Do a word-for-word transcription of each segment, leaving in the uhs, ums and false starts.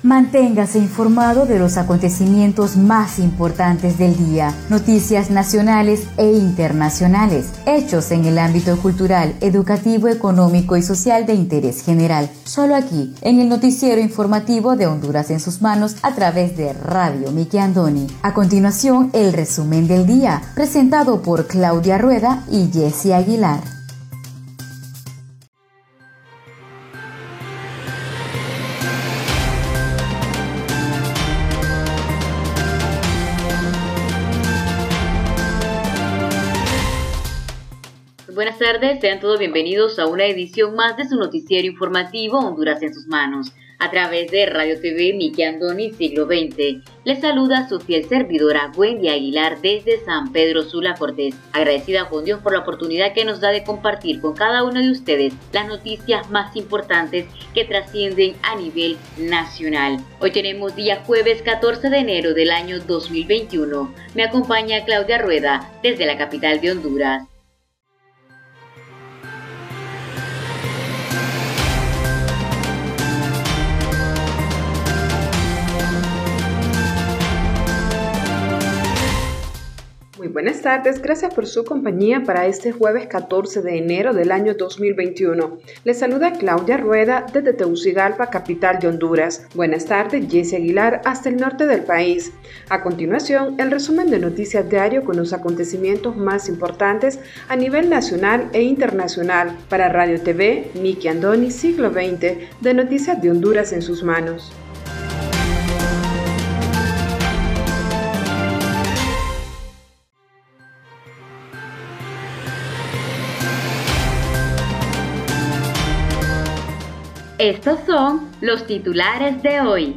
Manténgase informado de los acontecimientos más importantes del día, noticias nacionales e internacionales, hechos en el ámbito cultural, educativo, económico y social de interés general. Solo aquí, en el noticiero informativo de Honduras en sus manos a través de Radio Miki Andoni. A continuación, el resumen del día, presentado por Claudia Rueda y Jessie Aguilar. Buenas tardes, sean todos bienvenidos a una edición más de su noticiero informativo Honduras en sus manos, a través de Radio T V Miki Andoni Siglo veinte. Les saluda su fiel servidora Wendy Aguilar desde San Pedro Sula Cortés, agradecida con Dios por la oportunidad que nos da de compartir con cada uno de ustedes las noticias más importantes que trascienden a nivel nacional. Hoy tenemos día jueves catorce de enero del año dos mil veintiuno. Me acompaña Claudia Rueda desde la capital de Honduras. Muy buenas tardes, gracias por su compañía para este jueves catorce de enero del año dos mil veintiuno. Les saluda Claudia Rueda desde Tegucigalpa, capital de Honduras. Buenas tardes, Jessie Aguilar hasta el norte del país. A continuación, el resumen de noticias diario con los acontecimientos más importantes a nivel nacional e internacional para Radio T V Miki Andoni Siglo veinte de Noticias de Honduras en sus manos. Estos son los titulares de hoy.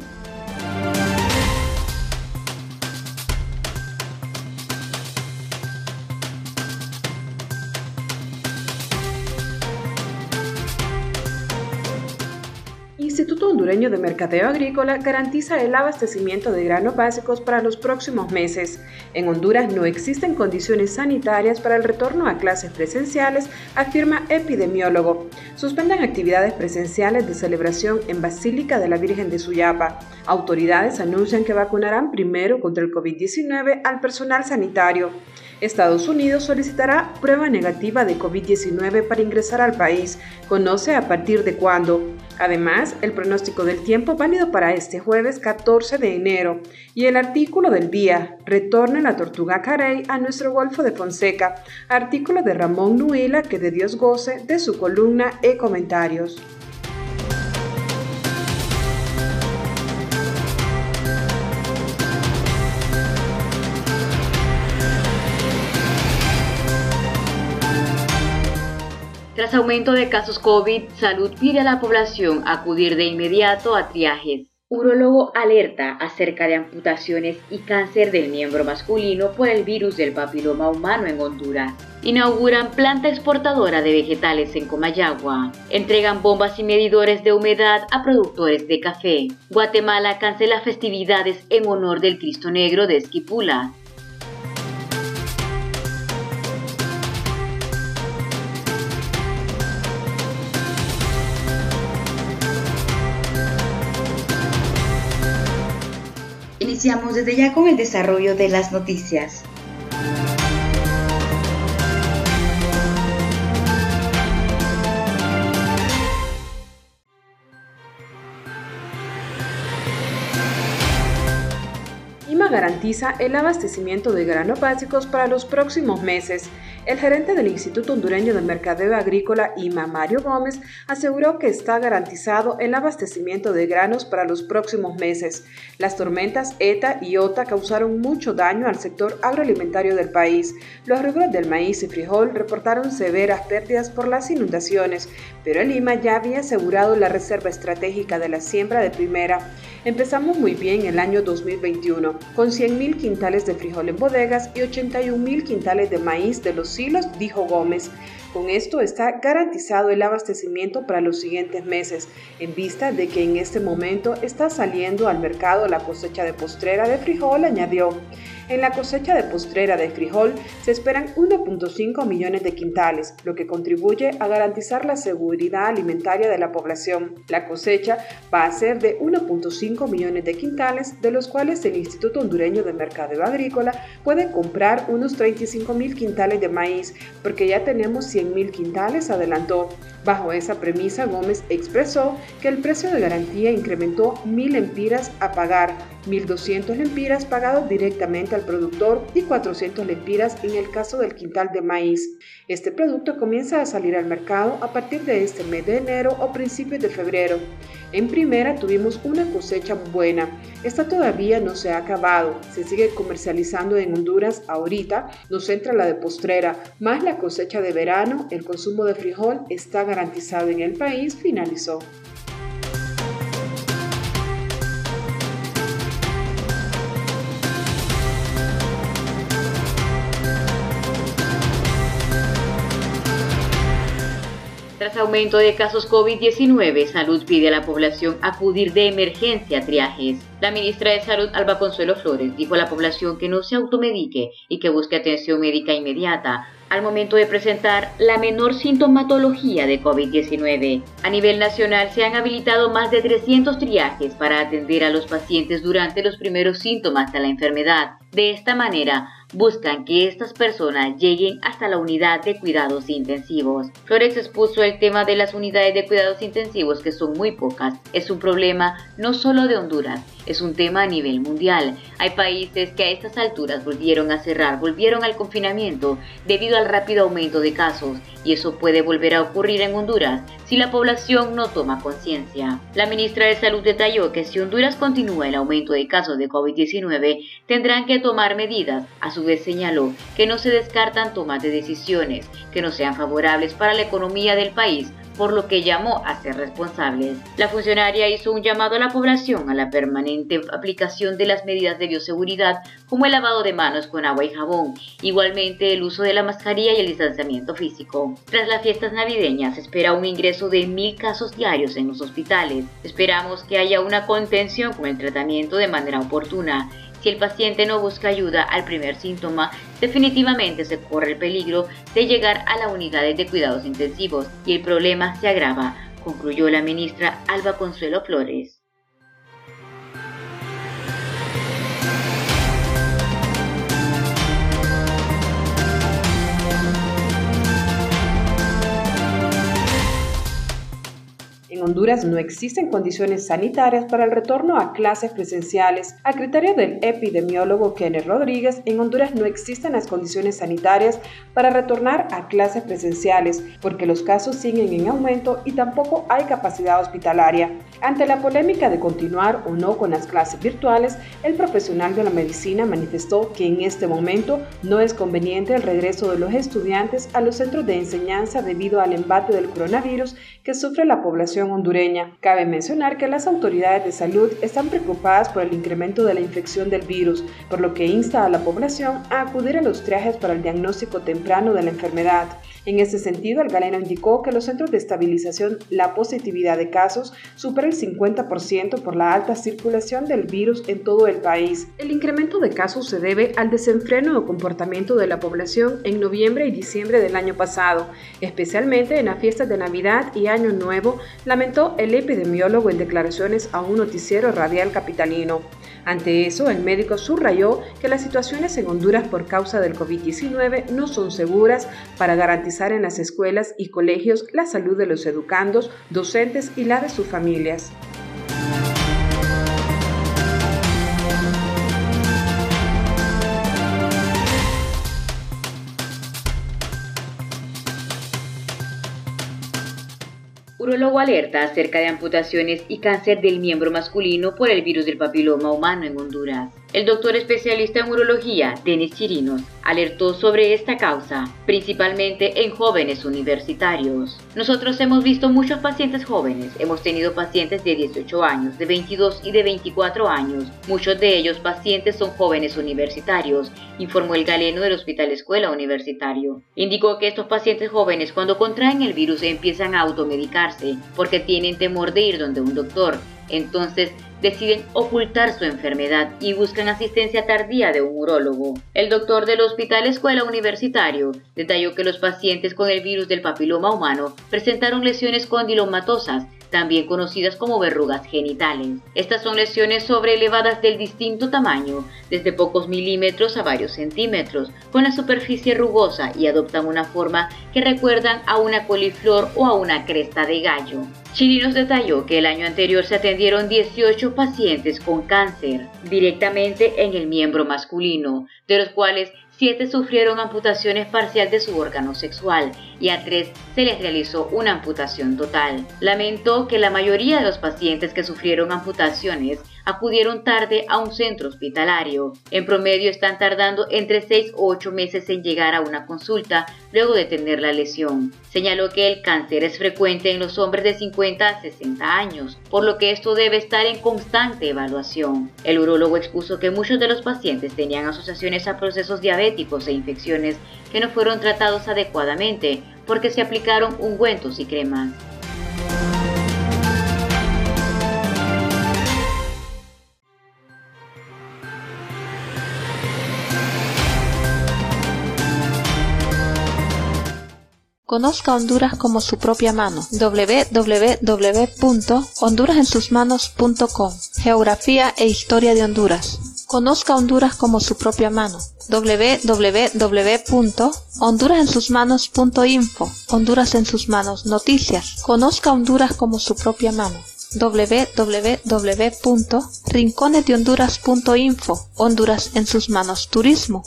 Instituto Hondureño de Mercadeo Agrícola garantiza el abastecimiento de granos básicos para los próximos meses. En Honduras no existen condiciones sanitarias para el retorno a clases presenciales, afirma epidemiólogo. Suspenden actividades presenciales de celebración en Basílica de la Virgen de Suyapa. Autoridades anuncian que vacunarán primero contra el COVID diecinueve al personal sanitario. Estados Unidos solicitará prueba negativa de COVID diecinueve para ingresar al país. Conoce a partir de cuándo. Además, el pronóstico del tiempo válido para este jueves catorce de enero. Y el artículo del día, retorna la tortuga carey a nuestro Golfo de Fonseca. Artículo de Ramón Nuila, que de Dios goce, de su columna e comentarios. Tras aumento de casos COVID, Salud pide a la población acudir de inmediato a triajes. Urólogo alerta acerca de amputaciones y cáncer del miembro masculino por el virus del papiloma humano en Honduras. Inauguran planta exportadora de vegetales en Comayagua. Entregan bombas y medidores de humedad a productores de café. Guatemala cancela festividades en honor del Cristo Negro de Esquipula. Iniciamos desde ya con el desarrollo de las noticias. IMA garantiza el abastecimiento de granos básicos para los próximos meses. El gerente del Instituto Hondureño de Mercadeo Agrícola, IMA, Mario Gómez, aseguró que está garantizado el abastecimiento de granos para los próximos meses. Las tormentas ETA y OTA causaron mucho daño al sector agroalimentario del país. Los rubros del maíz y frijol reportaron severas pérdidas por las inundaciones, pero el IMA ya había asegurado la reserva estratégica de la siembra de primera. Empezamos muy bien el año dos mil veintiuno, con cien mil quintales de frijol en bodegas y ochenta y un mil quintales de maíz de los silos, dijo Gómez. Con esto está garantizado el abastecimiento para los siguientes meses, en vista de que en este momento está saliendo al mercado la cosecha de postrera de frijol, añadió. En la cosecha de postrera de frijol se esperan uno punto cinco millones de quintales, lo que contribuye a garantizar la seguridad alimentaria de la población. La cosecha va a ser de uno punto cinco millones de quintales, de los cuales el Instituto Hondureño de Mercadeo Agrícola puede comprar unos treinta y cinco mil quintales de maíz, porque ya tenemos cien mil quintales, adelantó. Bajo esa premisa, Gómez expresó que el precio de garantía incrementó mil lempiras a pagar, mil doscientos lempiras pagados directamente al productor y cuatrocientos lempiras en el caso del quintal de maíz. Este producto comienza a salir al mercado a partir de este mes de enero o principios de febrero. En primera tuvimos una cosecha buena. Esta todavía no se ha acabado. Se sigue comercializando en Honduras ahorita. Nos entra la de postrera, más la cosecha de verano. El consumo de frijol está garantizado en el país, finalizó. Tras aumento de casos COVID diecinueve, Salud pide a la población acudir de emergencia a triajes. La ministra de Salud, Alba Consuelo Flores, dijo a la población que no se automedique y que busque atención médica inmediata al momento de presentar la menor sintomatología de COVID diecinueve. A nivel nacional se han habilitado más de trescientos triajes para atender a los pacientes durante los primeros síntomas de la enfermedad. De esta manera, buscan que estas personas lleguen hasta la unidad de cuidados intensivos. Flores expuso el tema de las unidades de cuidados intensivos, que son muy pocas. Es un problema no solo de Honduras, es un tema a nivel mundial. Hay países que a estas alturas volvieron a cerrar, volvieron al confinamiento debido al rápido aumento de casos, y eso puede volver a ocurrir en Honduras si la población no toma conciencia. La ministra de Salud detalló que si Honduras continúa el aumento de casos de COVID diecinueve, tendrán que tomar medidas. A su vez señaló que no se descartan tomas de decisiones que no sean favorables para la economía del país, por lo que llamó a ser responsables. La funcionaria hizo un llamado a la población a la permanente aplicación de las medidas de bioseguridad, como el lavado de manos con agua y jabón, igualmente el uso de la mascarilla y el distanciamiento físico. Tras las fiestas navideñas se espera un ingreso de mil casos diarios en los hospitales. Esperamos que haya una contención con el tratamiento de manera oportuna. Si el paciente no busca ayuda al primer síntoma, definitivamente se corre el peligro de llegar a las unidades de cuidados intensivos y el problema se agrava, concluyó la ministra Alba Consuelo Flores. En Honduras no existen condiciones sanitarias para el retorno a clases presenciales. A criterio del epidemiólogo Kenneth Rodríguez, en Honduras no existen las condiciones sanitarias para retornar a clases presenciales, porque los casos siguen en aumento y tampoco hay capacidad hospitalaria. Ante la polémica de continuar o no con las clases virtuales, el profesional de la medicina manifestó que en este momento no es conveniente el regreso de los estudiantes a los centros de enseñanza debido al embate del coronavirus que sufre la población hondureña. Cabe mencionar que las autoridades de salud están preocupadas por el incremento de la infección del virus, por lo que insta a la población a acudir a los triajes para el diagnóstico temprano de la enfermedad. En ese sentido, el galeno indicó que los centros de estabilización, la positividad de casos supera el cincuenta por ciento por la alta circulación del virus en todo el país. El incremento de casos se debe al desenfreno o comportamiento de la población en noviembre y diciembre del año pasado, especialmente en las fiestas de Navidad y Año Nuevo, lamentó el epidemiólogo en declaraciones a un noticiero radial capitalino. Ante eso, el médico subrayó que las situaciones en Honduras por causa del COVID diecinueve no son seguras para garantizar en las escuelas y colegios la salud de los educandos, docentes y la de sus familias. Urólogo alerta acerca de amputaciones y cáncer del miembro masculino por el virus del papiloma humano en Honduras. El doctor especialista en urología, Denis Chirinos, alertó sobre esta causa, principalmente en jóvenes universitarios. Nosotros hemos visto muchos pacientes jóvenes, hemos tenido pacientes de dieciocho años, de veintidós y de veinticuatro años. Muchos de ellos pacientes son jóvenes universitarios, informó el galeno del Hospital Escuela Universitario. Indicó que estos pacientes jóvenes cuando contraen el virus empiezan a automedicarse porque tienen temor de ir donde un doctor. Entonces, deciden ocultar su enfermedad y buscan asistencia tardía de un urólogo. El doctor del Hospital Escuela Universitario detalló que los pacientes con el virus del papiloma humano presentaron lesiones condilomatosas, también conocidas como verrugas genitales. Estas son lesiones sobreelevadas del distinto tamaño, desde pocos milímetros a varios centímetros, con la superficie rugosa y adoptan una forma que recuerdan a una coliflor o a una cresta de gallo. Chirinos detalló que el año anterior se atendieron dieciocho pacientes con cáncer directamente en el miembro masculino, de los cuales siete sufrieron amputaciones parcial de su órgano sexual y a tres se les realizó una amputación total. Lamentó que la mayoría de los pacientes que sufrieron amputaciones acudieron tarde a un centro hospitalario. En promedio están tardando entre seis o ocho meses en llegar a una consulta luego de tener la lesión. Señaló que el cáncer es frecuente en los hombres de cincuenta a sesenta años, por lo que esto debe estar en constante evaluación. El urólogo expuso que muchos de los pacientes tenían asociaciones a procesos diabéticos e infecciones que no fueron tratados adecuadamente porque se aplicaron ungüentos y cremas. Conozca Honduras como su propia mano. doble u doble u doble u punto honduras en sus manos punto com. Geografía e historia de Honduras. Conozca Honduras como su propia mano. doble u doble u doble u punto honduras en sus manos punto info. Honduras en sus manos noticias. Conozca Honduras como su propia mano. doble u doble u doble u punto rincones de honduras punto info. Honduras en sus manos turismo.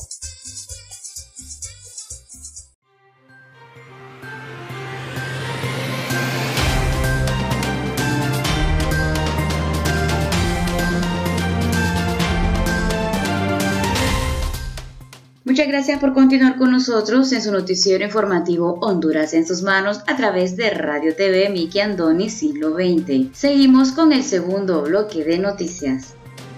Muchas gracias por continuar con nosotros en su noticiero informativo Honduras en sus manos a través de Radio T V Miki Andoni Siglo veinte. Seguimos con el segundo bloque de noticias.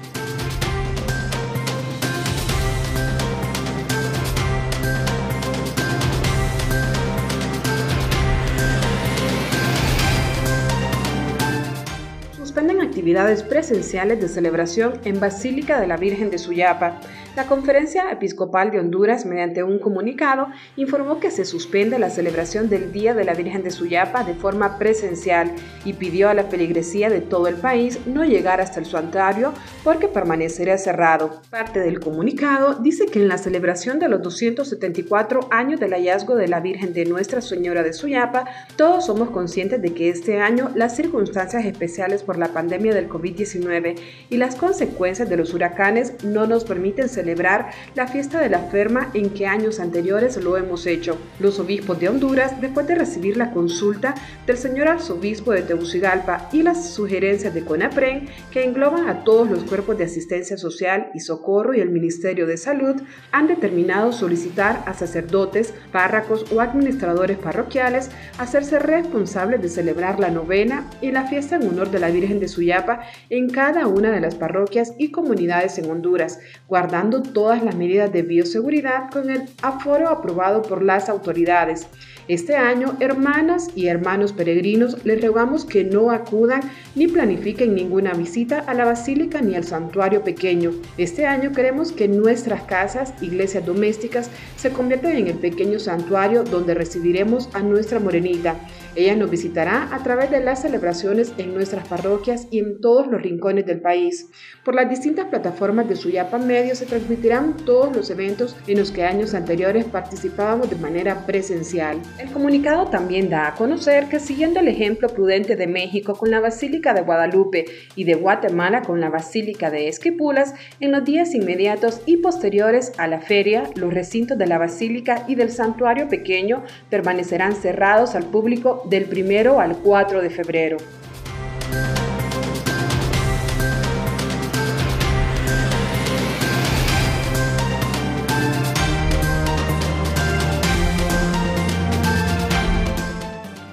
Suspenden actividades presenciales de celebración en Basílica de la Virgen de Suyapa. La Conferencia Episcopal de Honduras, mediante un comunicado, informó que se suspende la celebración del Día de la Virgen de Suyapa de forma presencial y pidió a la feligresía de todo el país no llegar hasta el santuario porque permanecería cerrado. Parte del comunicado dice que en la celebración de los doscientos setenta y cuatro años del hallazgo de la Virgen de Nuestra Señora de Suyapa, todos somos conscientes de que este año las circunstancias especiales por la pandemia del COVID diecinueve y las consecuencias de los huracanes no nos permiten celebrar celebrar la fiesta de la Ferma en que años anteriores lo hemos hecho. Los obispos de Honduras, después de recibir la consulta del señor arzobispo de Tegucigalpa y las sugerencias de CONAPREN, que engloban a todos los cuerpos de asistencia social y socorro y el Ministerio de Salud, han determinado solicitar a sacerdotes, párrocos o administradores parroquiales hacerse responsables de celebrar la novena y la fiesta en honor de la Virgen de Suyapa en cada una de las parroquias y comunidades en Honduras, guardando todas las medidas de bioseguridad con el aforo aprobado por las autoridades. Este año, hermanas y hermanos peregrinos, les rogamos que no acudan ni planifiquen ninguna visita a la basílica ni al santuario pequeño. Este año queremos que nuestras casas, iglesias domésticas, se conviertan en el pequeño santuario donde recibiremos a nuestra morenita. Ella nos visitará a través de las celebraciones en nuestras parroquias y en todos los rincones del país. Por las distintas plataformas de Suyapa Medio se transmitirán todos los eventos en los que años anteriores participábamos de manera presencial. El comunicado también da a conocer que, siguiendo el ejemplo prudente de México con la Basílica de Guadalupe y de Guatemala con la Basílica de Esquipulas, en los días inmediatos y posteriores a la feria, los recintos de la Basílica y del Santuario Pequeño permanecerán cerrados al público del primero al cuatro de febrero.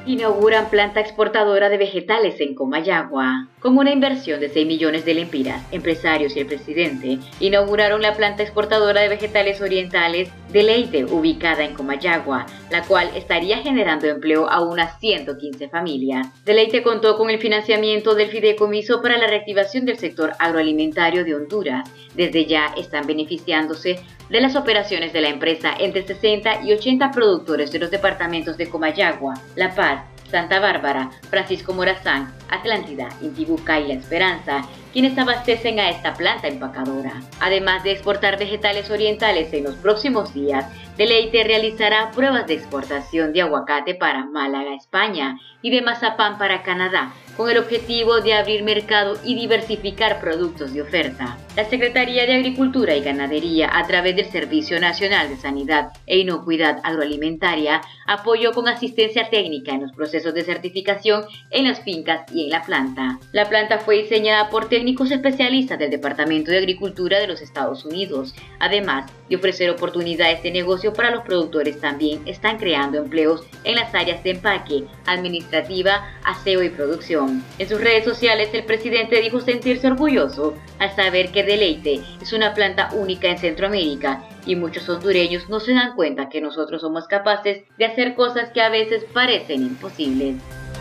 Inauguran planta exportadora de vegetales en Comayagua. Con una inversión de seis millones de lempiras, empresarios y el presidente inauguraron la planta exportadora de vegetales orientales Deleite, ubicada en Comayagua, la cual estaría generando empleo a unas ciento quince familias. Deleite contó con el financiamiento del Fideicomiso para la reactivación del sector agroalimentario de Honduras. Desde ya están beneficiándose de las operaciones de la empresa entre sesenta y ochenta productores de los departamentos de Comayagua, La Paz, Santa Bárbara, Francisco Morazán, Atlántida, Intibucá y La Esperanza, quienes abastecen a esta planta empacadora. Además de exportar vegetales orientales en los próximos días, Deleite realizará pruebas de exportación de aguacate para Málaga, España, y de mazapán para Canadá, con el objetivo de abrir mercado y diversificar productos de oferta. La Secretaría de Agricultura y Ganadería, a través del Servicio Nacional de Sanidad e Inocuidad Agroalimentaria, apoyó con asistencia técnica en los procesos de certificación en las fincas y en la planta. La planta fue diseñada por técnicos especialistas del Departamento de Agricultura de los Estados Unidos. Además de ofrecer oportunidades de negocio para los productores, también están creando empleos en las áreas de empaque, administrativa, aseo y producción. En sus redes sociales, el presidente dijo sentirse orgulloso al saber que Deleite es una planta única en Centroamérica y muchos hondureños no se dan cuenta que nosotros somos capaces de hacer cosas que a veces parecen imposibles.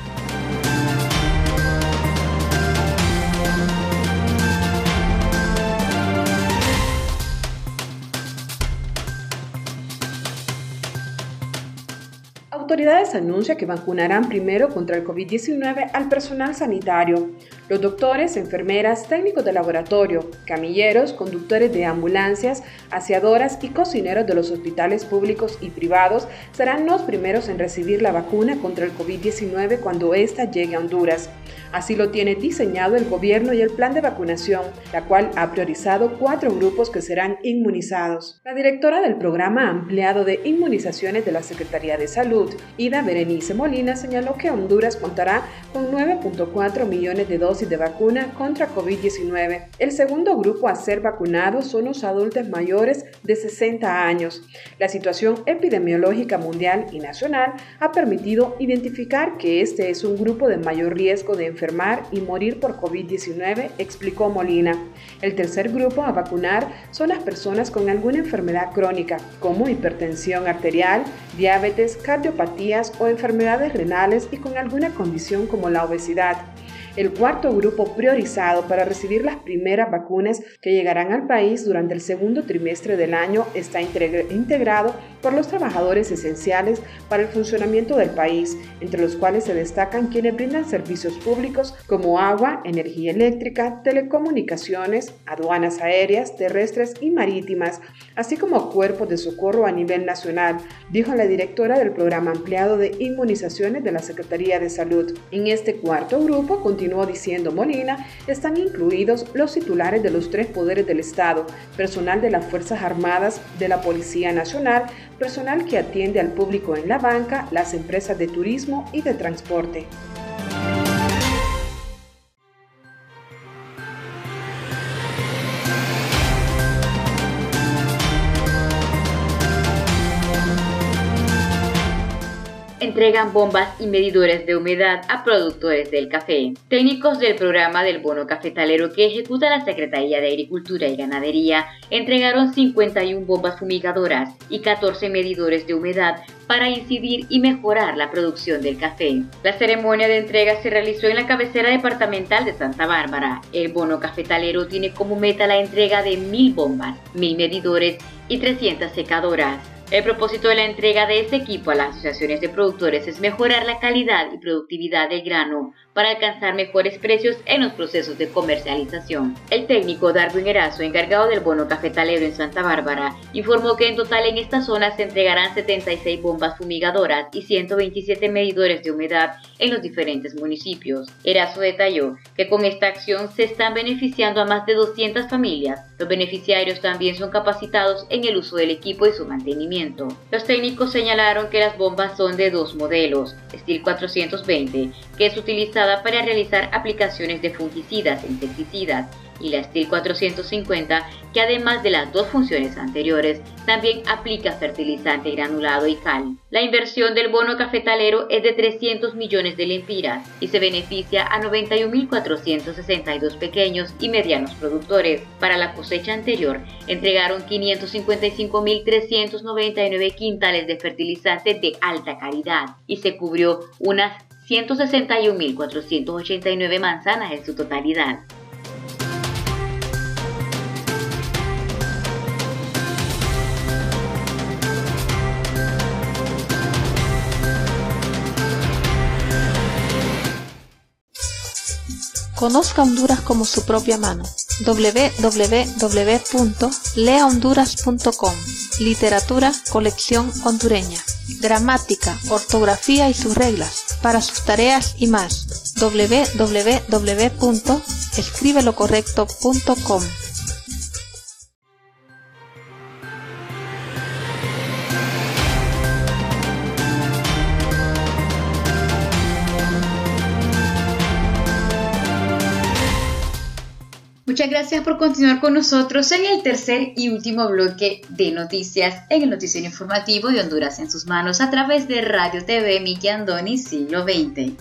Autoridades anuncian que vacunarán primero contra el COVID diecinueve al personal sanitario. Los doctores, enfermeras, técnicos de laboratorio, camilleros, conductores de ambulancias, aseadoras y cocineros de los hospitales públicos y privados serán los primeros en recibir la vacuna contra el COVID diecinueve cuando ésta llegue a Honduras. Así lo tiene diseñado el gobierno y el plan de vacunación, la cual ha priorizado cuatro grupos que serán inmunizados. La directora del programa ampliado de inmunizaciones de la Secretaría de Salud, Ida Berenice Molina, señaló que Honduras contará con nueve punto cuatro millones de dosis de vacuna contra COVID diecinueve. El segundo grupo a ser vacunado son los adultos mayores de sesenta años. La situación epidemiológica mundial y nacional ha permitido identificar que este es un grupo de mayor riesgo de enfermar y morir por COVID diecinueve, explicó Molina. El tercer grupo a vacunar son las personas con alguna enfermedad crónica, como hipertensión arterial, diabetes, cardiopatías o enfermedades renales y con alguna condición como la obesidad. El cuarto grupo priorizado para recibir las primeras vacunas que llegarán al país durante el segundo trimestre del año está integrado por los trabajadores esenciales para el funcionamiento del país, entre los cuales se destacan quienes brindan servicios públicos como agua, energía eléctrica, telecomunicaciones, aduanas aéreas, terrestres y marítimas, así como cuerpos de socorro a nivel nacional, dijo la directora del programa ampliado de inmunizaciones de la Secretaría de Salud. En este cuarto grupo, continuó diciendo Molina, están incluidos los titulares de los tres poderes del Estado, personal de las Fuerzas Armadas, de la Policía Nacional, personal que atiende al público en la banca, las empresas de turismo y de transporte. Entregan bombas y medidores de humedad a productores del café. Técnicos del programa del bono cafetalero que ejecuta la Secretaría de Agricultura y Ganadería entregaron cincuenta y una bombas fumigadoras y catorce medidores de humedad para incidir y mejorar la producción del café. La ceremonia de entrega se realizó en la cabecera departamental de Santa Bárbara. El bono cafetalero tiene como meta la entrega de mil bombas, mil medidores y trescientas secadoras. El propósito de la entrega de este equipo a las asociaciones de productores es mejorar la calidad y productividad del grano para alcanzar mejores precios en los procesos de comercialización. El técnico Darwin Erazo, encargado del bono cafetalero en Santa Bárbara, informó que en total en esta zona se entregarán setenta y seis bombas fumigadoras y ciento veintisiete medidores de humedad en los diferentes municipios. Erazo detalló que con esta acción se están beneficiando a más de doscientas familias. Los beneficiarios también son capacitados en el uso del equipo y su mantenimiento. Los técnicos señalaron que las bombas son de dos modelos, Steel cuatrocientos veinte, que es utilizada usada para realizar aplicaciones de fungicidas e insecticidas, y la Steel cuatrocientos cincuenta, que además de las dos funciones anteriores, también aplica fertilizante granulado y cal. La inversión del bono cafetalero es de trescientos millones de lempiras y se beneficia a noventa y un mil cuatrocientos sesenta y dos pequeños y medianos productores. Para la cosecha anterior, entregaron quinientos cincuenta y cinco mil trescientos noventa y nueve quintales de fertilizante de alta calidad y se cubrió unas ciento sesenta y un mil cuatrocientos ochenta y nueve manzanas en su totalidad. Conozca Honduras como su propia mano. doble u doble u doble u punto lea honduras punto com. Literatura, colección hondureña. Gramática, ortografía y sus reglas. Para sus tareas y más. doble u doble u doble u punto escribe lo correcto punto com. Muchas gracias por continuar con nosotros en el tercer y último bloque de noticias en el noticiero informativo de Honduras en sus manos a través de Radio T V Miki Andoni Siglo veinte.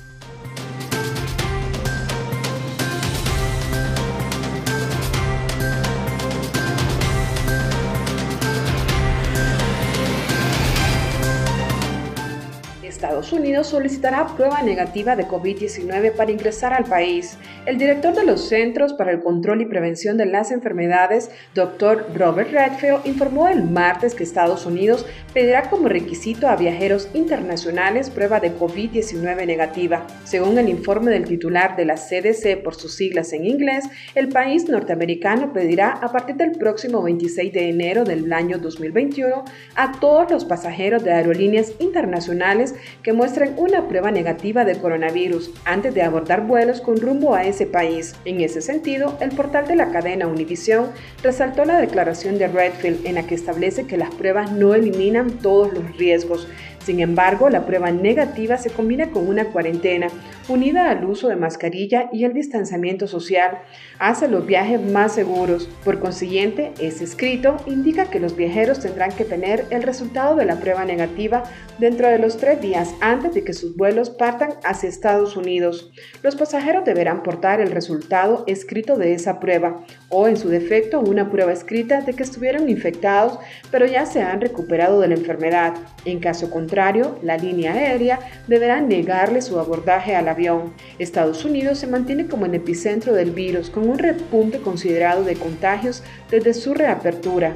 Estados Unidos solicitará prueba negativa de COVID diecinueve para ingresar al país. El director de los Centros para el Control y Prevención de las Enfermedades, doctor Robert Redfield, informó el martes que Estados Unidos pedirá como requisito a viajeros internacionales prueba de COVID diecinueve negativa. Según el informe del titular de la C D C por sus siglas en inglés, el país norteamericano pedirá a partir del próximo veintiséis de enero del año dos mil veintiuno a todos los pasajeros de aerolíneas internacionales que muestren una prueba negativa de coronavirus antes de abordar vuelos con rumbo a ese país. En ese sentido, el portal de la cadena Univision resaltó la declaración de Redfield en la que establece que las pruebas no eliminan todos los riesgos. Sin embargo, la prueba negativa se combina con una cuarentena, unida al uso de mascarilla y el distanciamiento social, hace los viajes más seguros. Por consiguiente, ese escrito indica que los viajeros tendrán que tener el resultado de la prueba negativa dentro de los tres días antes de que sus vuelos partan hacia Estados Unidos. Los pasajeros deberán portar el resultado escrito de esa prueba, o en su defecto una prueba escrita de que estuvieron infectados pero ya se han recuperado de la enfermedad. En caso contrario, la línea aérea deberá negarle su abordaje al avión. Estados Unidos se mantiene como el epicentro del virus, con un repunte considerado de contagios desde su reapertura.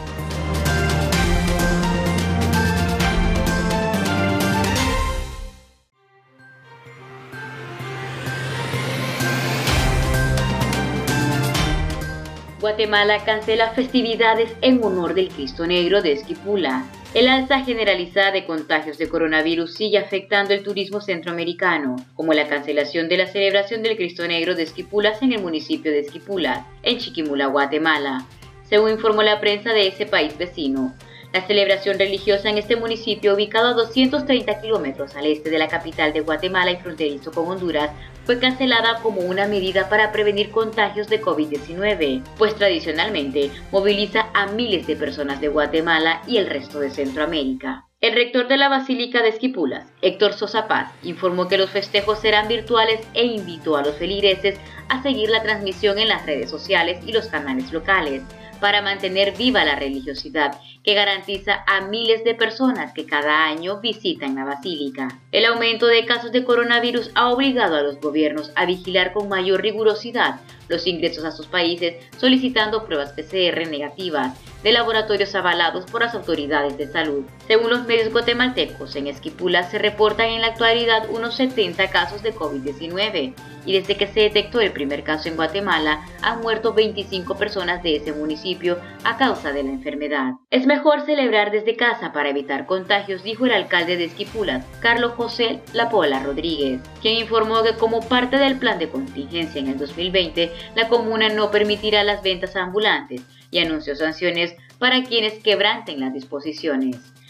Guatemala cancela festividades en honor del Cristo Negro de Esquipula. El alza generalizada de contagios de coronavirus sigue afectando el turismo centroamericano, como la cancelación de la celebración del Cristo Negro de Esquipulas en el municipio de Esquipulas, en Chiquimula, Guatemala, según informó la prensa de ese país vecino. La celebración religiosa en este municipio, ubicado a doscientos treinta kilómetros al este de la capital de Guatemala y fronterizo con Honduras, fue cancelada como una medida para prevenir contagios de COVID diecinueve, pues tradicionalmente moviliza a miles de personas de Guatemala y el resto de Centroamérica. El rector de la Basílica de Esquipulas, Héctor Sosa Paz, informó que los festejos serán virtuales e invitó a los feligreses a seguir la transmisión en las redes sociales y los canales locales para mantener viva la religiosidad que garantiza a miles de personas que cada año visitan la basílica. El aumento de casos de coronavirus ha obligado a los gobiernos a vigilar con mayor rigurosidad los ingresos a sus países, solicitando pruebas P C R negativas de laboratorios avalados por las autoridades de salud. Según los medios guatemaltecos, en Esquipulas se reportan en la actualidad unos setenta casos de COVID diecinueve y desde que se detectó el primer caso en Guatemala han muerto veinticinco personas de ese municipio a causa de la enfermedad. Es mejor celebrar desde casa para evitar contagios, dijo el alcalde de Esquipulas, Carlos José Lapola Rodríguez, quien informó que como parte del plan de contingencia en el dos mil veinte, la comuna no permitirá las ventas ambulantes y anunció sanciones para quienes quebranten las disposiciones.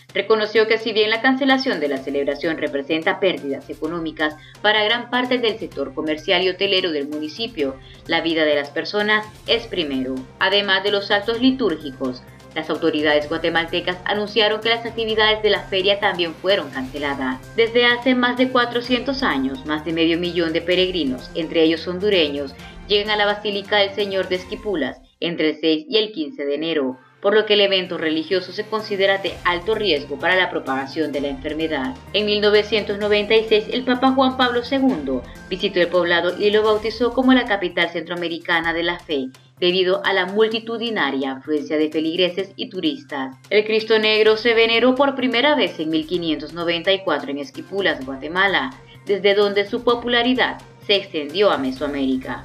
Reconoció que si bien la cancelación de la celebración representa pérdidas económicas para gran parte del sector comercial y hotelero del municipio, la vida de las personas es primero. Además de los actos litúrgicos, las autoridades guatemaltecas anunciaron que las actividades de la feria también fueron canceladas. Desde hace más de cuatrocientos años, más de medio millón de peregrinos, entre ellos hondureños, llegan a la Basílica del Señor de Esquipulas entre el seis y el quince de enero, por lo que el evento religioso se considera de alto riesgo para la propagación de la enfermedad. En mil novecientos noventa y seis, el Papa Juan Pablo segundo visitó el poblado y lo bautizó como la capital centroamericana de la fe, debido a la multitudinaria afluencia de feligreses y turistas. El Cristo Negro se veneró por primera vez en mil quinientos noventa y cuatro en Esquipulas, Guatemala, desde donde su popularidad se extendió a Mesoamérica.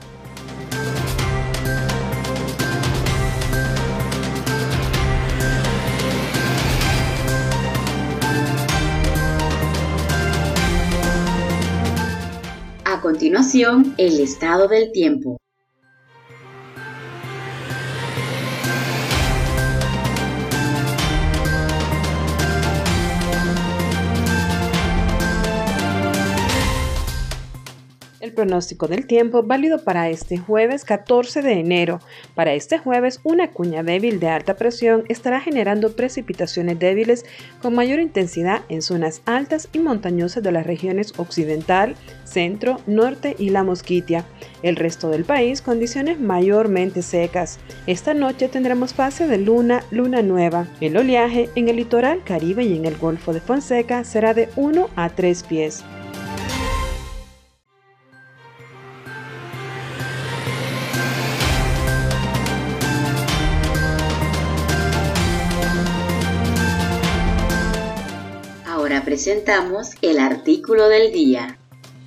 A continuación, el estado del tiempo. El pronóstico del tiempo válido para este jueves catorce de enero. Para este jueves, una cuña débil de alta presión estará generando precipitaciones débiles con mayor intensidad en zonas altas y montañosas de las regiones occidental, centro, norte y la Mosquitia. El resto del país, condiciones mayormente secas. Esta noche tendremos fase de luna, luna nueva. El oleaje en el litoral Caribe y en el Golfo de Fonseca será de uno a tres pies. Ahora presentamos el artículo del día.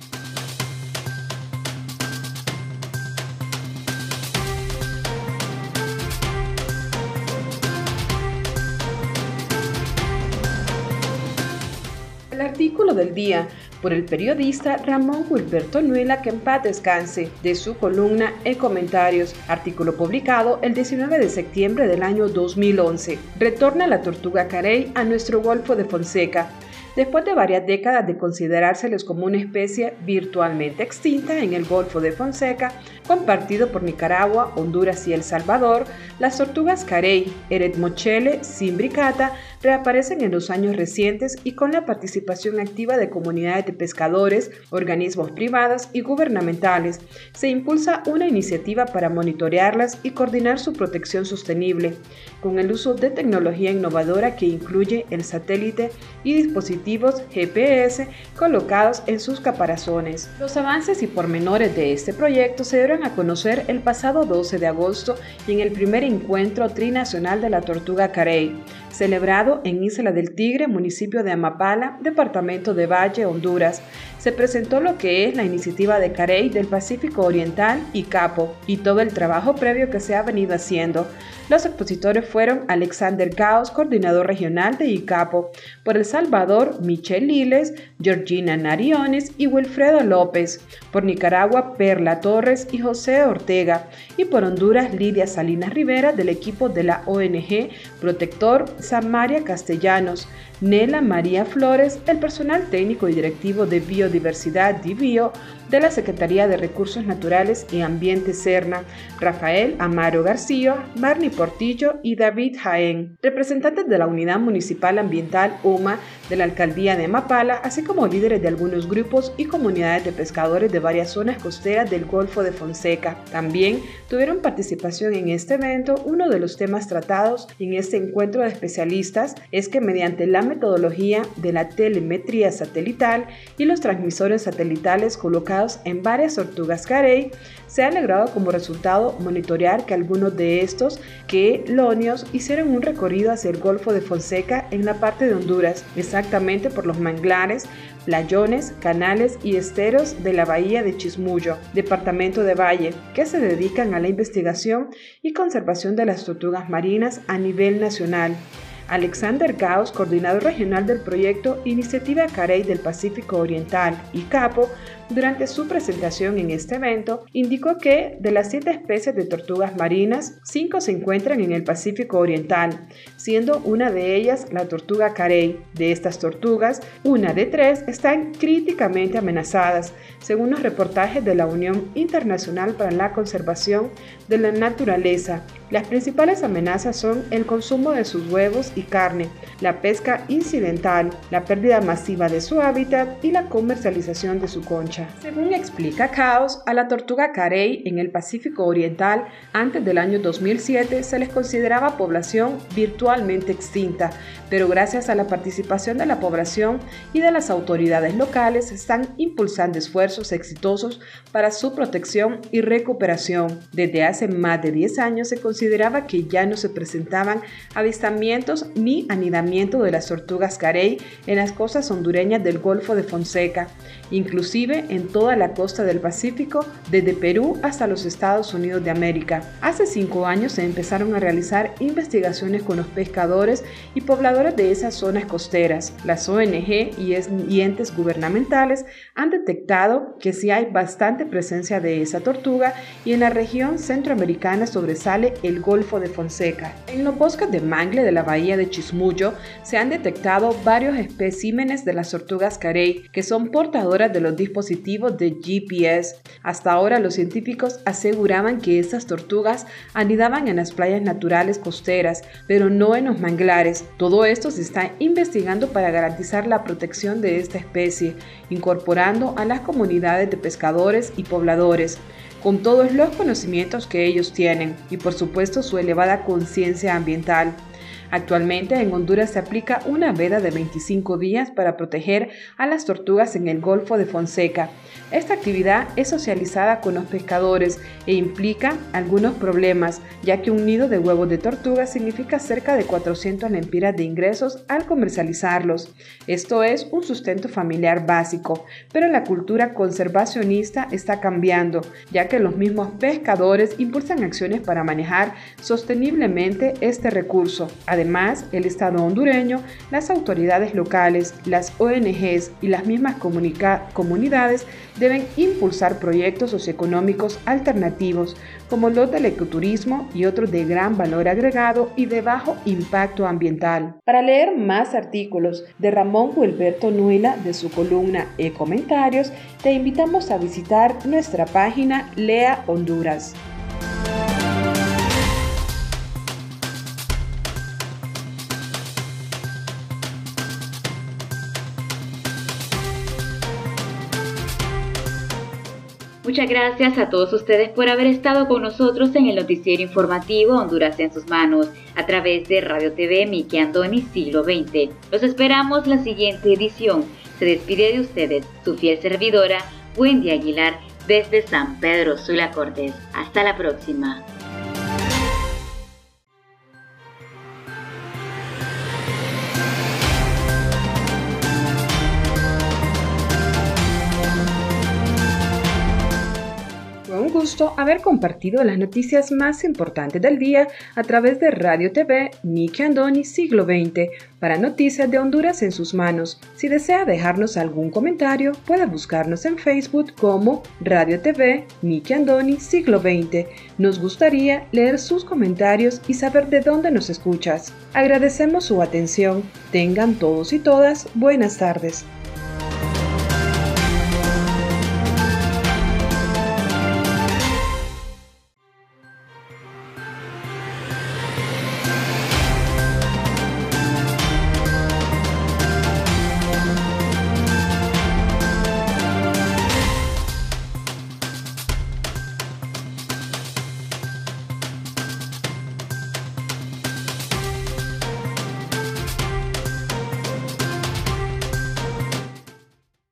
El artículo del día por el periodista Ramón Gilberto Nuela, que en paz descanse, de su columna en Comentarios, artículo publicado el diecinueve de septiembre del año dos mil once. Retorna la tortuga carey a nuestro Golfo de Fonseca. Después de varias décadas de considerárseles como una especie virtualmente extinta en el Golfo de Fonseca, compartido por Nicaragua, Honduras y El Salvador, las tortugas carey, Eretmochele simbricata, reaparecen en los años recientes y con la participación activa de comunidades de pescadores, organismos privados y gubernamentales. Se impulsa una iniciativa para monitorearlas y coordinar su protección sostenible, con el uso de tecnología innovadora que incluye el satélite y dispositivos G P S colocados en sus caparazones. Los avances y pormenores de este proyecto se dieron a conocer el pasado doce de agosto y en el primer encuentro trinacional de la tortuga carey, celebrado en Isla del Tigre, municipio de Amapala, departamento de Valle, Honduras. Se presentó lo que es la iniciativa de Carey del Pacífico Oriental y Capo y todo el trabajo previo que se ha venido haciendo. Los expositores fueron Alexander Gaos, coordinador regional de ICAPO, por El Salvador, Michelle Liles, Georgina Nariones y Wilfredo López, por Nicaragua, Perla Torres y José Ortega, y por Honduras, Lidia Salinas Rivera, del equipo de la O N G Protector Samaria Castellanos, Nela María Flores, el personal técnico y directivo de Biodiversidad DIVIO de la Secretaría de Recursos Naturales y Ambiente Serna, Rafael Amaro García, Marni Portillo y David Jaén, representantes de la Unidad Municipal Ambiental U M A de la Alcaldía de Amapala, así como líderes de algunos grupos y comunidades de pescadores de varias zonas costeras del Golfo de Fonseca. También tuvieron participación en este evento. Uno de los temas tratados en este encuentro de especialistas es que mediante la metodología de la telemetría satelital y los transmisores satelitales colocados en varias tortugas carey, se ha logrado como resultado monitorear que algunos de estos quelonios hicieron un recorrido hacia el Golfo de Fonseca en la parte de Honduras, exactamente por los manglares, playones, canales y esteros de la bahía de Chismullo, departamento de Valle, que se dedican a la investigación y conservación de las tortugas marinas a nivel nacional. Alexander Gauss, coordinador regional del proyecto Iniciativa Carey del Pacífico Oriental y Capo, durante su presentación en este evento, indicó que de las siete especies de tortugas marinas, cinco se encuentran en el Pacífico Oriental, siendo una de ellas la tortuga carey. De estas tortugas, una de tres están críticamente amenazadas, según los reportajes de la Unión Internacional para la Conservación de la Naturaleza. Las principales amenazas son el consumo de sus huevos y carne, la pesca incidental, la pérdida masiva de su hábitat y la comercialización de su concha. Según explica Caos, a la tortuga carey en el Pacífico Oriental, antes del año dos mil siete se les consideraba población virtualmente extinta, pero gracias a la participación de la población y de las autoridades locales se están impulsando esfuerzos exitosos para su protección y recuperación. Desde hace más de diez años se consideraba que ya no se presentaban avistamientos ni anidamiento de las tortugas carey en las costas hondureñas del Golfo de Fonseca, inclusive en toda la costa del Pacífico, desde Perú hasta los Estados Unidos de América. Hace cinco años se empezaron a realizar investigaciones con los pescadores y pobladores de esas zonas costeras. Las O N G y entes gubernamentales han detectado que sí hay bastante presencia de esa tortuga y en la región centroamericana sobresale el Golfo de Fonseca. En los bosques de mangle de la bahía de Chismullo se han detectado varios especímenes de las tortugas carey que son portadoras de los dispositivos de G P S. Hasta ahora los científicos aseguraban que estas tortugas anidaban en las playas naturales costeras, pero no en los manglares. Todo esto se está investigando para garantizar la protección de esta especie, incorporando a las comunidades de pescadores y pobladores, con todos los conocimientos que ellos tienen y por supuesto su elevada conciencia ambiental. Actualmente en Honduras se aplica una veda de veinticinco días para proteger a las tortugas en el Golfo de Fonseca. Esta actividad es socializada con los pescadores e implica algunos problemas, ya que un nido de huevos de tortuga significa cerca de cuatrocientas lempiras de ingresos al comercializarlos. Esto es un sustento familiar básico, pero la cultura conservacionista está cambiando, ya que los mismos pescadores impulsan acciones para manejar sosteniblemente este recurso. Además, el Estado hondureño, las autoridades locales, las O N Ges y las mismas comunidades deben impulsar proyectos socioeconómicos alternativos como los del ecoturismo y otros de gran valor agregado y de bajo impacto ambiental. Para leer más artículos de Ramón Wilberto Nuila de su columna Ecomentarios, te invitamos a visitar nuestra página Lea Honduras. Muchas gracias a todos ustedes por haber estado con nosotros en el noticiero informativo Honduras en sus manos, a través de Radio T V Miki Andoni Siglo veinte. Los esperamos la siguiente edición. Se despide de ustedes su fiel servidora, Wendy Aguilar, desde San Pedro Sula Cortés. Hasta la próxima. Un gusto haber compartido las noticias más importantes del día a través de Radio T V Miki Andoni Siglo veinte para Noticias de Honduras en sus manos. Si desea dejarnos algún comentario, puede buscarnos en Facebook como Radio T V Miki Andoni Siglo veinte. Nos gustaría leer sus comentarios y saber de dónde nos escuchas. Agradecemos su atención. Tengan todos y todas buenas tardes.